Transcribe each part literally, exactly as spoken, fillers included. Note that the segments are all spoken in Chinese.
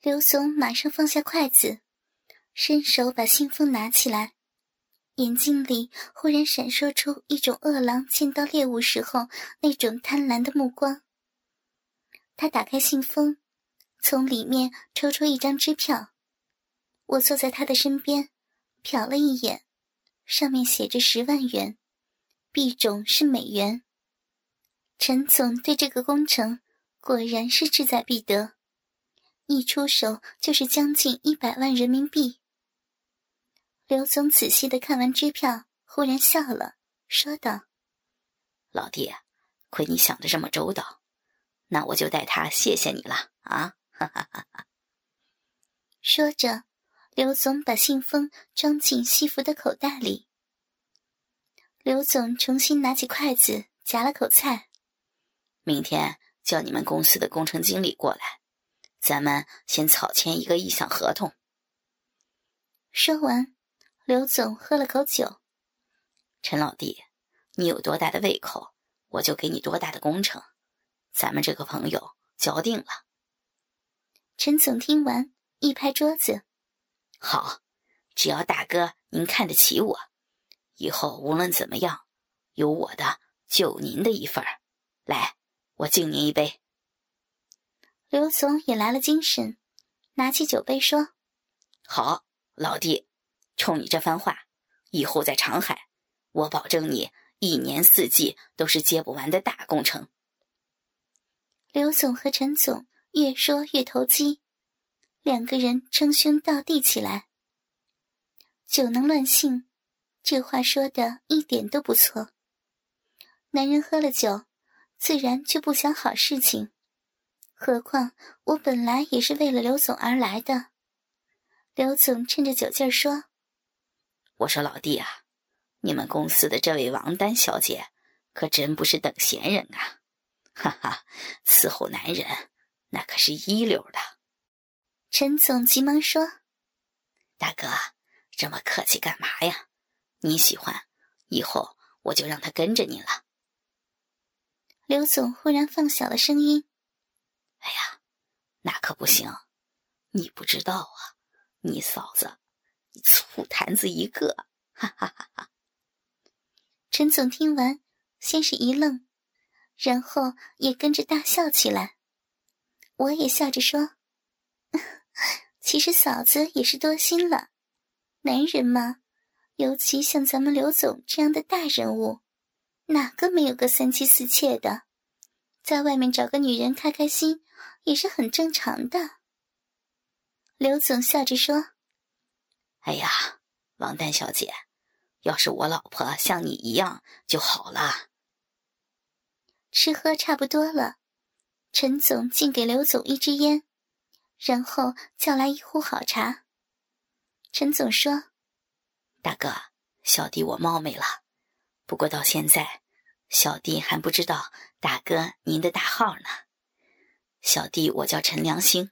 刘总马上放下筷子，伸手把信封拿起来，眼睛里忽然闪烁出一种饿狼见到猎物时候那种贪婪的目光。他打开信封，从里面抽出一张支票。我坐在他的身边，瞟了一眼，上面写着十万元，币种是美元。陈总对这个工程果然是志在必得，一出手就是将近一百万人民币。刘总仔细地看完支票，忽然笑了，说道： 老弟，亏你想得这么周到，那我就代他谢谢你了啊！哈哈哈哈。 说着，刘总把信封装进西服的口袋里。刘总重新拿起筷子夹了口菜。 明天叫你们公司的工程经理过来，咱们先草签一个意向合同。 说完，刘总喝了口酒。 陈老弟，你有多大的胃口，我就给你多大的工程，咱们这个朋友交定了。 陈总听完，一拍桌子： 好，只要大哥您看得起我，以后无论怎么样，有我的就有您的一份儿。来，我敬您一杯。 刘总也来了精神，拿起酒杯说： 好，老弟，冲你这番话，以后在长海，我保证你一年四季都是接不完的大工程。 刘总和陈总越说越投机，两个人称兄道弟起来。酒能乱性，这话说的一点都不错。男人喝了酒，自然就不想好事情，何况我本来也是为了刘总而来的。刘总趁着酒劲儿说： 我说老弟啊，你们公司的这位王丹小姐可真不是等闲人啊，哈哈，伺候男人那可是一流的。 陈总急忙说： 大哥，这么客气干嘛呀？你喜欢，以后我就让他跟着你了。 刘总忽然放小了声音： 哎呀，那可不行，你不知道啊，你嫂子醋坛子一个，哈哈哈哈。 陈总听完，先是一愣，然后也跟着大笑起来。我也笑着说：其实嫂子也是多心了，男人嘛，尤其像咱们刘总这样的大人物，哪个没有个三妻四妾的，在外面找个女人开开心也是很正常的。刘总笑着说： 哎呀，王丹小姐，要是我老婆像你一样就好了。 吃喝差不多了，陈总敬给刘总一支烟，然后叫来一壶好茶。陈总说： 大哥，小弟我冒昧了，不过到现在小弟还不知道大哥您的大号呢。小弟我叫陈良兴。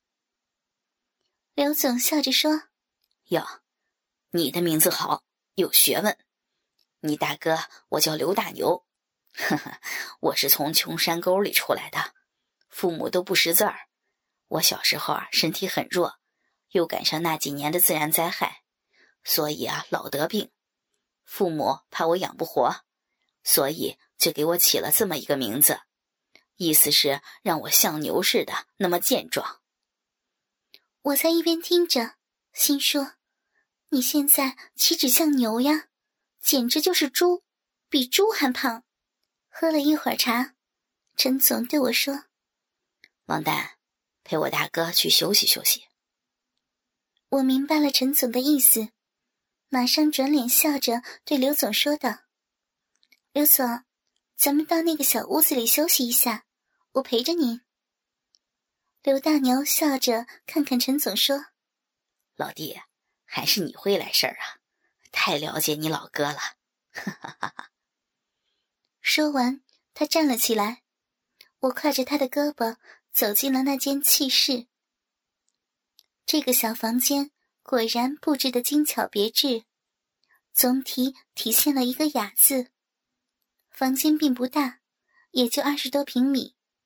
刘总笑着说： 哟，你的名字好，有学问。你大哥我叫刘大牛，呵呵，我是从穷山沟里出来的，父母都不识字儿。我小时候啊身体很弱，又赶上那几年的自然灾害，所以啊老得病。父母怕我养不活，所以就给我起了这么一个名字，意思是让我像牛似的那么健壮。 我在一边听着，心说：你现在岂止像牛呀，简直就是猪，比猪还胖。喝了一会儿茶，陈总对我说： 王丹，陪我大哥去休息休息。 我明白了陈总的意思，马上转脸笑着对刘总说道：刘总，咱们到那个小屋子里休息一下，我陪着您。刘大牛笑着看看陈总说： 老弟，还是你会来事儿啊，太了解你老哥了，哈哈哈哈。 说完，他站了起来，我挎着他的胳膊走进了那间憩室。这个小房间果然布置得精巧别致，总体体现了一个雅字。房间并不大，也就二十多平米，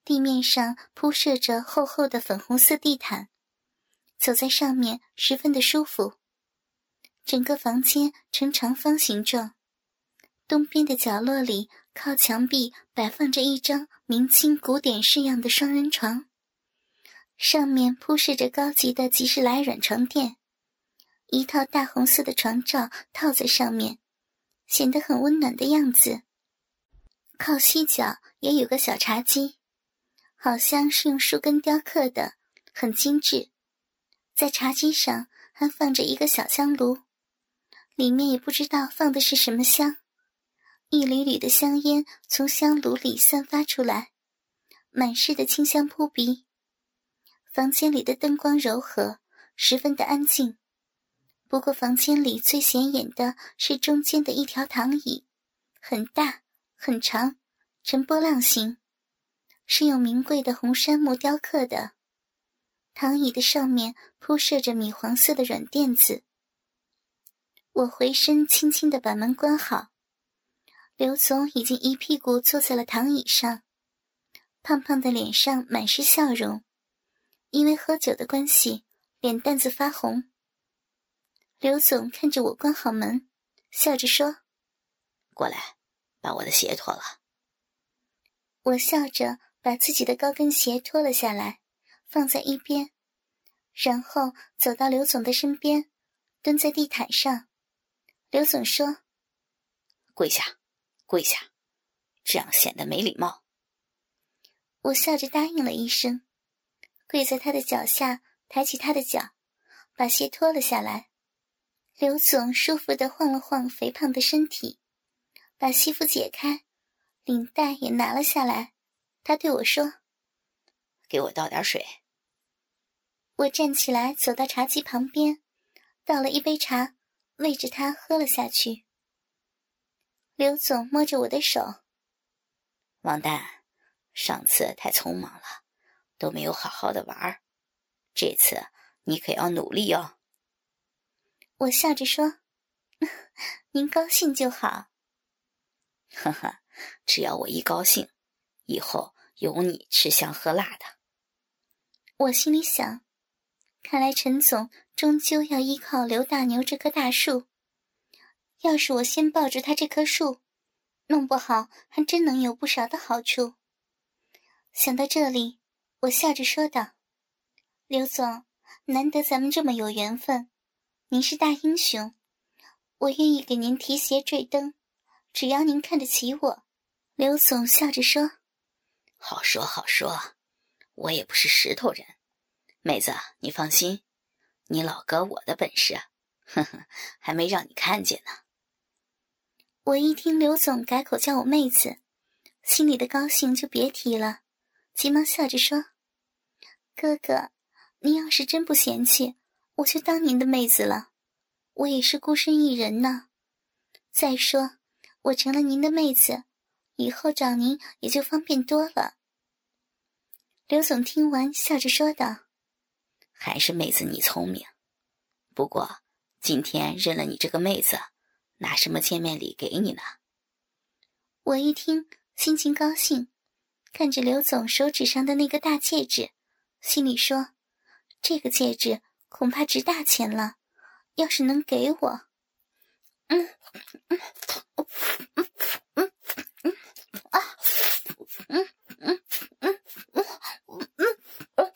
地面上铺设着厚厚的粉红色地毯，走在上面十分的舒服。整个房间呈长方形状，东边的角落里靠墙壁摆放着一张明清古典式样的双人床，上面铺设着高级的吉士莱软床垫，一套大红色的床罩套在上面，显得很温暖的样子。靠西角也有个小茶几，好像是用树根雕刻的，很精致。在茶几上还放着一个小香炉，里面也不知道放的是什么香，一缕缕的香烟从香炉里散发出来，满室的清香扑鼻。房间里的灯光柔和，十分的安静。不过房间里最显眼的是中间的一条躺椅，很大很长，呈波浪形，是用名贵的红杉木雕刻的。躺椅的上面铺设着米黄色的软垫子。我回身轻轻地把门关好，刘总已经一屁股坐在了躺椅上，胖胖的脸上满是笑容，因为喝酒的关系，脸蛋子发红。刘总看着我关好门，笑着说：“ 过来，把我的鞋脱了。” 我笑着把自己的高跟鞋脱了下来，放在一边，然后走到刘总的身边，蹲在地毯上。刘总说：“ 跪下，跪下，这样显得没礼貌。” 我笑着答应了一声，跪在他的脚下，抬起他的脚，把鞋脱了下来。刘总舒服地晃了晃肥胖的身体，把西服解开，领带也拿了下来。他对我说：“ 给我倒点水。” 我站起来走到茶几旁边，倒了一杯茶，喂着他喝了下去。刘总摸着我的手：“ 王丹，上次太匆忙了，都没有好好的玩，这次你可要努力哦。” 我笑着说：“您高兴就好。” 呵呵，只要我一高兴，以后有你吃香喝辣的。 我心里想，看来陈总终究要依靠刘大牛这棵大树，要是我先抱着他这棵树，弄不好还真能有不少的好处。想到这里，我笑着说道：“刘总，难得咱们这么有缘分，您是大英雄，我愿意给您提鞋坠灯，只要您看得起我。”刘总笑着说：“ 好说好说，我也不是石头人，妹子你放心，你老哥我的本事，呵呵，还没让你看见呢。” 我一听刘总改口叫我妹子，心里的高兴就别提了，急忙笑着说：“哥哥，您要是真不嫌弃，我就当您的妹子了，我也是孤身一人呢。再说，我成了您的妹子，以后找您也就方便多了。”刘总听完笑着说道：“ 还是妹子你聪明，不过今天认了你这个妹子，拿什么见面礼给你呢？” 我一听心情高兴，看着刘总手指上的那个大戒指，心里说：“这个戒指恐怕值大钱了，要是能给我……”嗯嗯嗯嗯嗯嗯啊嗯嗯嗯嗯嗯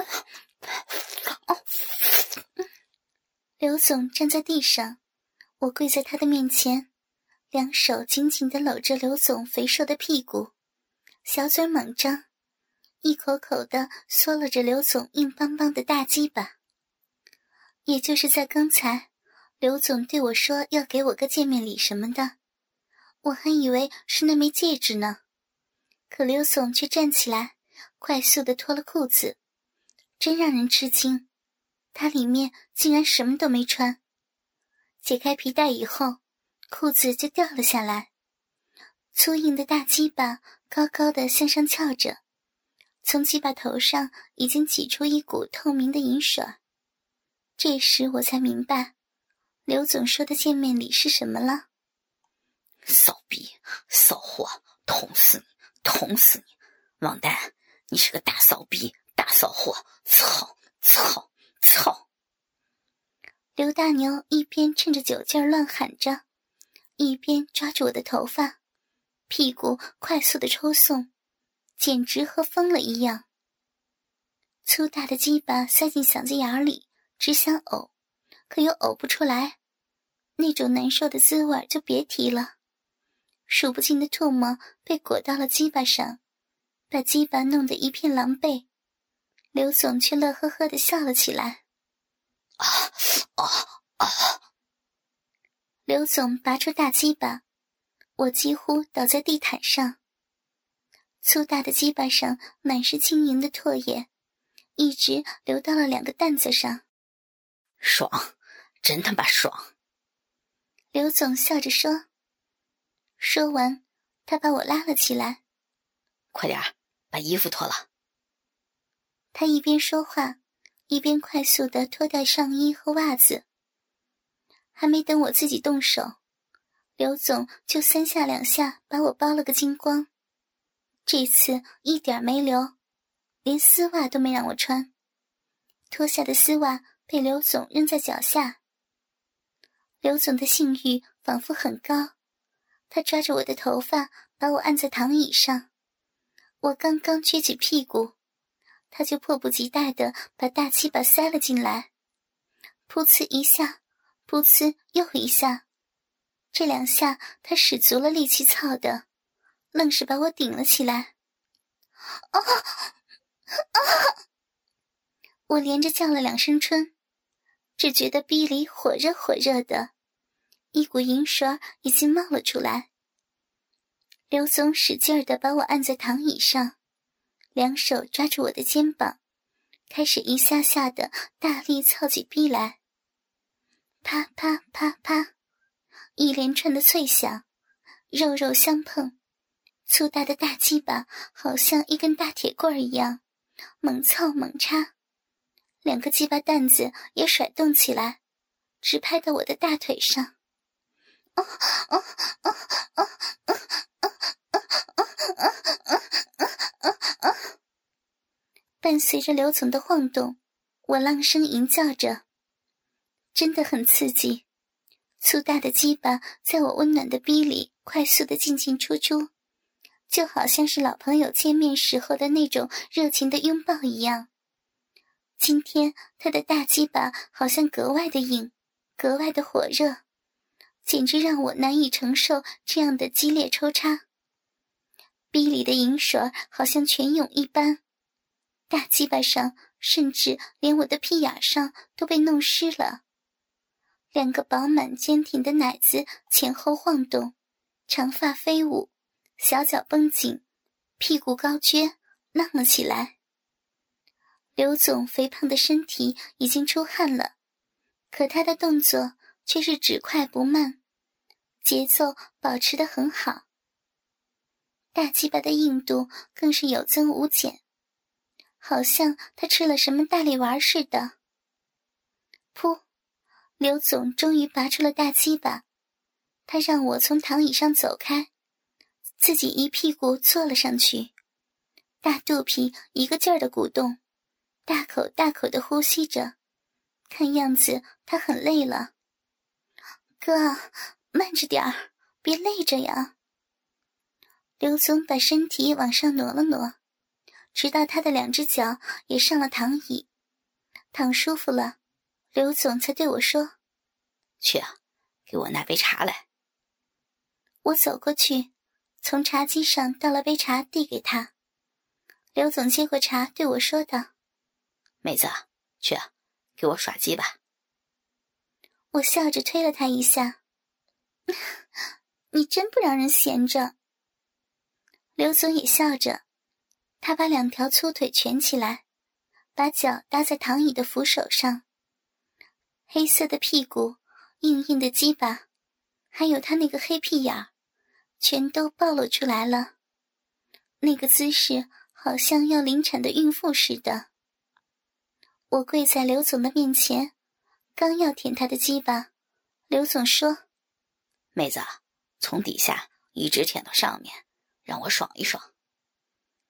嗯。刘总站在地上，我跪在他的面前，两手紧紧地搂着刘总肥硕的屁股，小嘴猛张，一口口地嗦了着刘总硬邦邦的大鸡巴。也就是在刚才，刘总对我说要给我个见面礼什么的，我还以为是那枚戒指呢。可刘总却站起来，快速地脱了裤子，真让人吃惊，他里面竟然什么都没穿。解开皮带以后，裤子就掉了下来，粗硬的大鸡巴高高的向上翘着，从鸡巴头上已经挤出一股透明的银水。这时我才明白，刘总说的见面礼是什么了。 骚逼，骚货，捅死你，捅死你！王丹， 你是个大骚逼，大骚货，操操操！ 刘大牛一边趁着酒劲儿乱喊着，一边抓住我的头发，屁股快速的抽送，简直和疯了一样。粗大的鸡巴塞进嗓子眼里，只想呕，可又呕不出来，那种难受的滋味就别提了。数不尽的唾沫被裹到了鸡巴上，把鸡巴弄得一片狼狈。刘总却乐呵呵地笑了起来。 啊啊啊！ 刘总拔出大鸡巴，我几乎倒在地毯上。粗大的鸡巴上满是晶莹的唾液，一直流到了两个蛋子上。 爽，真他妈爽！ 刘总笑着说。说完，他把我拉了起来。 快点，把衣服脱了。 他一边说话，一边快速地脱掉上衣和袜子。还没等我自己动手，刘总就三下两下把我包了个精光。这次一点没留，连丝袜都没让我穿。脱下的丝袜被刘总扔在脚下。刘总的性欲仿佛很高，他抓着我的头发，把我按在躺椅上。我刚刚撅起屁股，他就迫不及待地把大鸡巴塞了进来，噗呲一下，噗呲又一下，这两下他使足了力气操的，愣是把我顶了起来。啊啊！我连着叫了两声春，只觉得逼里火热火热的，一股淫水已经冒了出来。刘总使劲儿地把我按在躺椅上，两手抓住我的肩膀，开始一下下地大力操起逼来。啪啪啪啪，一连串的脆响，肉肉相碰，粗大的大鸡巴好像一根大铁棍一样，猛操猛插，两个鸡巴蛋子也甩动起来，直拍到我的大腿上。啊啊啊啊啊啊啊啊啊！伴随着刘总的晃动，我浪声吟叫着，真的很刺激。粗大的鸡巴在我温暖的逼里快速的进进出出，就好像是老朋友见面时候的那种热情的拥抱一样。今天他的大鸡巴好像格外的硬，格外的火热，简直让我难以承受这样的激烈抽插。逼里的淫水好像泉涌一般，大鸡巴上甚至连我的屁眼上都被弄湿了。两个饱满坚挺的奶子前后晃动，长发飞舞，小脚绷紧，屁股高撅，浪了起来。刘总肥胖的身体已经出汗了，可他的动作却是只快不慢，节奏保持得很好。大鸡巴的硬度更是有增无减，好像他吃了什么大力丸似的。噗！刘总终于拔出了大鸡巴，他让我从躺椅上走开，自己一屁股坐了上去，大肚皮一个劲儿的鼓动，大口大口的呼吸着，看样子他很累了。哥，慢着点儿，别累着呀。刘总把身体往上挪了挪，直到他的两只脚也上了躺椅，躺舒服了，刘总才对我说： 去啊，给我拿杯茶来。 我走过去，从茶几上倒了杯茶递给他。刘总接过茶对我说道： 妹子，去啊，给我耍鸡吧。 我笑着推了他一下。你真不让人闲着。刘总也笑着，他把两条粗腿蜷起来，把脚搭在躺椅的扶手上，黑色的屁股，硬硬的鸡巴，还有他那个黑屁眼儿，全都暴露出来了。那个姿势好像要临产的孕妇似的。我跪在刘总的面前，刚要舔他的鸡巴，刘总说： 妹子，从底下一直舔到上面，让我爽一爽。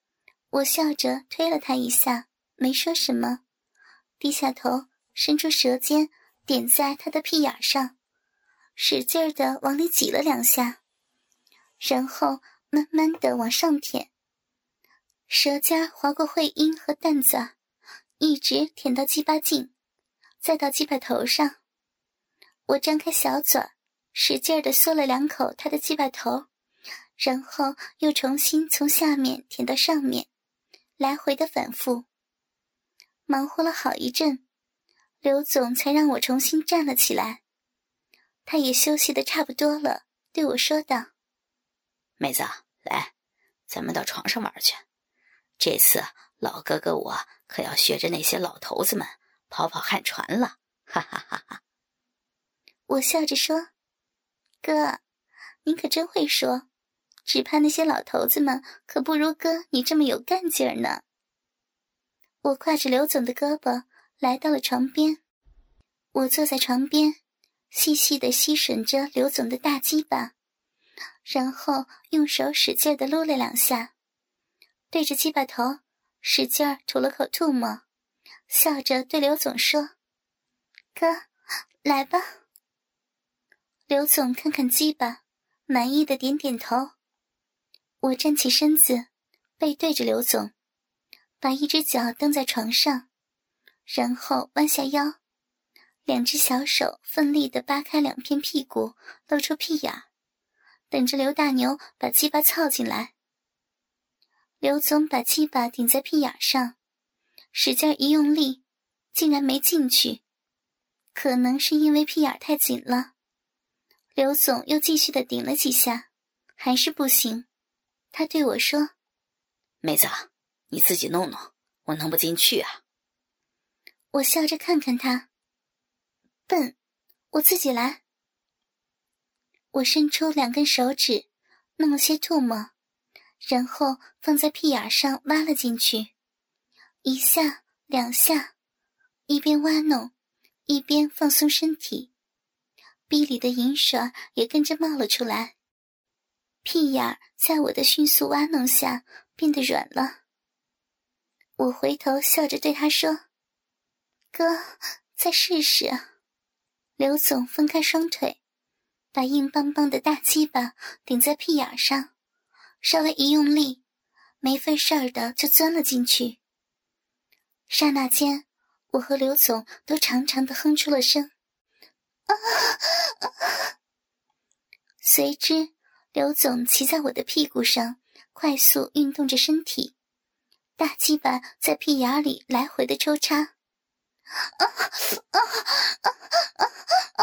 我笑着推了他一下，没说什么，低下头伸出舌尖点在他的屁眼上，使劲儿地往里挤了两下，然后慢慢地往上舔，舌尖划过会阴和蛋子，一直舔到鸡巴颈，再到鸡巴头上。我张开小嘴儿，使劲地嗦了两口他的鸡巴头，然后又重新从下面舔到上面，来回的反复。忙活了好一阵，刘总才让我重新站了起来。他也休息得差不多了，对我说道： 妹子，来，咱们到床上玩去。这次老哥哥我可要学着那些老头子们跑跑旱船了，哈哈哈哈。 我笑着说：哥，你可真会说，只怕那些老头子们可不如哥你这么有干劲儿呢。我挎着刘总的胳膊来到了床边，我坐在床边，细细地吸吮着刘总的大鸡巴，然后用手使劲地撸了两下，对着鸡巴头使劲儿吐了口唾沫，笑着对刘总说：哥，来吧。刘总看看鸡巴，满意的点点头。我站起身子，背对着刘总，把一只脚蹬在床上，然后弯下腰，两只小手奋力地扒开两片屁股，露出屁眼，等着刘大牛把鸡巴操进来。刘总把鸡巴顶在屁眼上，使劲一用力，竟然没进去，可能是因为屁眼太紧了。刘总又继续地顶了几下，还是不行。他对我说： 妹子，你自己弄弄，我弄不进去啊。 我笑着看看他，笨，我自己来。我伸出两根手指，弄了些唾沫，然后放在屁眼上挖了进去，一下两下，一边挖弄一边放松身体，逼里的银水也跟着冒了出来。屁眼在我的迅速挖弄下变得软了。我回头笑着对他说：哥，再试试。刘总分开双腿，把硬邦邦的大鸡巴顶在屁眼上，稍微一用力，没费事儿的就钻了进去。刹那间，我和刘总都长长的哼出了声。啊啊！随之，刘总骑在我的屁股上，快速运动着身体，大鸡巴在屁眼里来回的抽插。啊啊啊啊啊！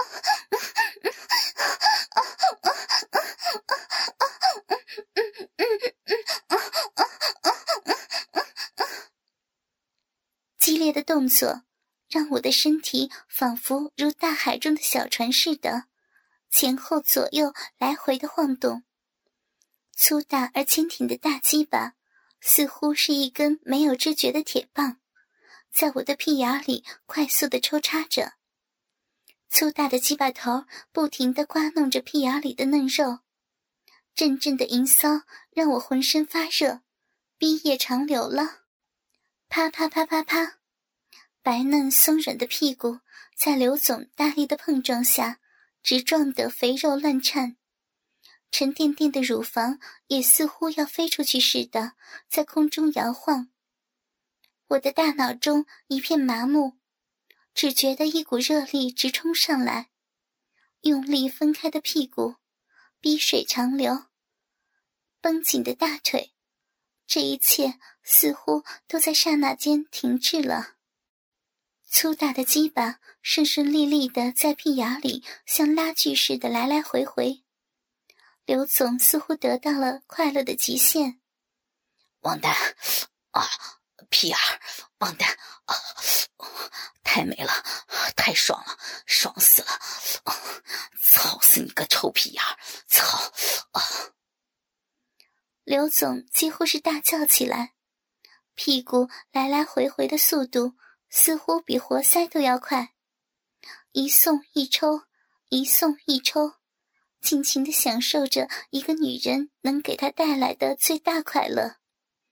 激烈的动作让我的身体仿佛如大海中的小船似的，前后左右来回的晃动。粗大而坚挺的大鸡巴似乎是一根没有知觉的铁棒，在我的屁眼里快速地抽插着。粗大的鸡巴头不停地刮弄着屁眼里的嫩肉，阵阵的淫骚让我浑身发热，逼液长流了。啪啪啪啪啪，白嫩松软的屁股在刘总大力的碰撞下直撞得肥肉乱颤，沉甸甸的乳房也似乎要飞出去似的在空中摇晃。我的大脑中一片麻木，只觉得一股热力直冲上来，用力分开的屁股，逼水长流，绷紧的大腿，这一切似乎都在刹那间停滞了。粗大的鸡巴顺顺利利地在屁眼里像拉锯似的来来回回。刘总似乎得到了快乐的极限。 王丹啊，屁眼儿，王丹啊，太美了，太爽了，爽死了，啊，操死你个臭屁眼儿，操啊！ 刘总几乎是大叫起来，屁股来来回回的速度似乎比活塞都要快，一送一抽，一送一抽，尽情地享受着一个女人能给他带来的最大快乐。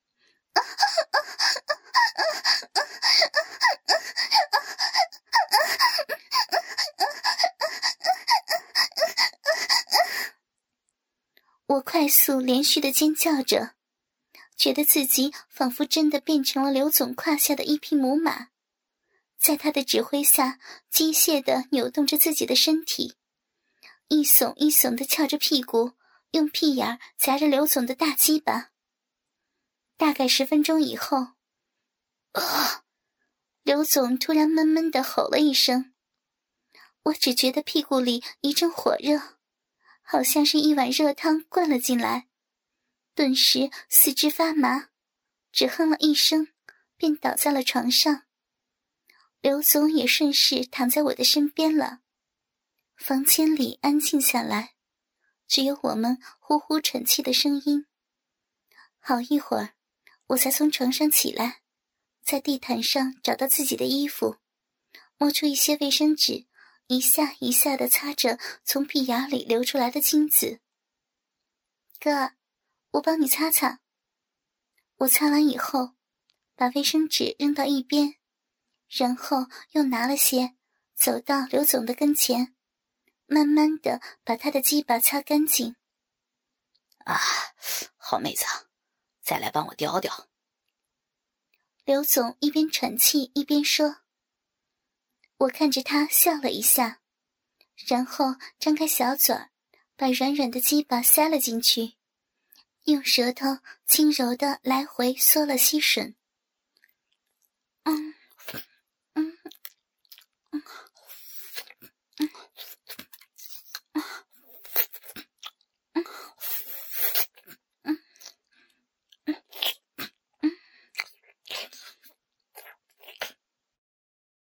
我快速连续的尖叫着，觉得自己仿佛真的变成了刘总胯下的一匹母马，在他的指挥下机械地扭动着自己的身体，一耸一耸地翘着屁股，用屁眼夹着刘总的大鸡巴。大概十分钟以后，啊！刘总突然闷闷地吼了一声，我只觉得屁股里一阵火热，好像是一碗热汤灌了进来，顿时四肢发麻，只哼了一声便倒在了床上。刘总也顺势躺在我的身边了。房间里安静下来，只有我们呼呼喘气的声音。好一会儿，我才从床上起来，在地毯上找到自己的衣服，摸出一些卫生纸，一下一下地擦着从屁眼里流出来的精子。哥，我帮你擦擦。我擦完以后，把卫生纸扔到一边，然后又拿了些，走到刘总的跟前，慢慢地把他的鸡巴擦干净。 啊，好妹子，再来帮我叼叼。 刘总一边喘气一边说。我看着他笑了一下，然后张开小嘴儿，把软软的鸡巴塞了进去，用舌头轻柔地来回嗦了吸吮。嗯，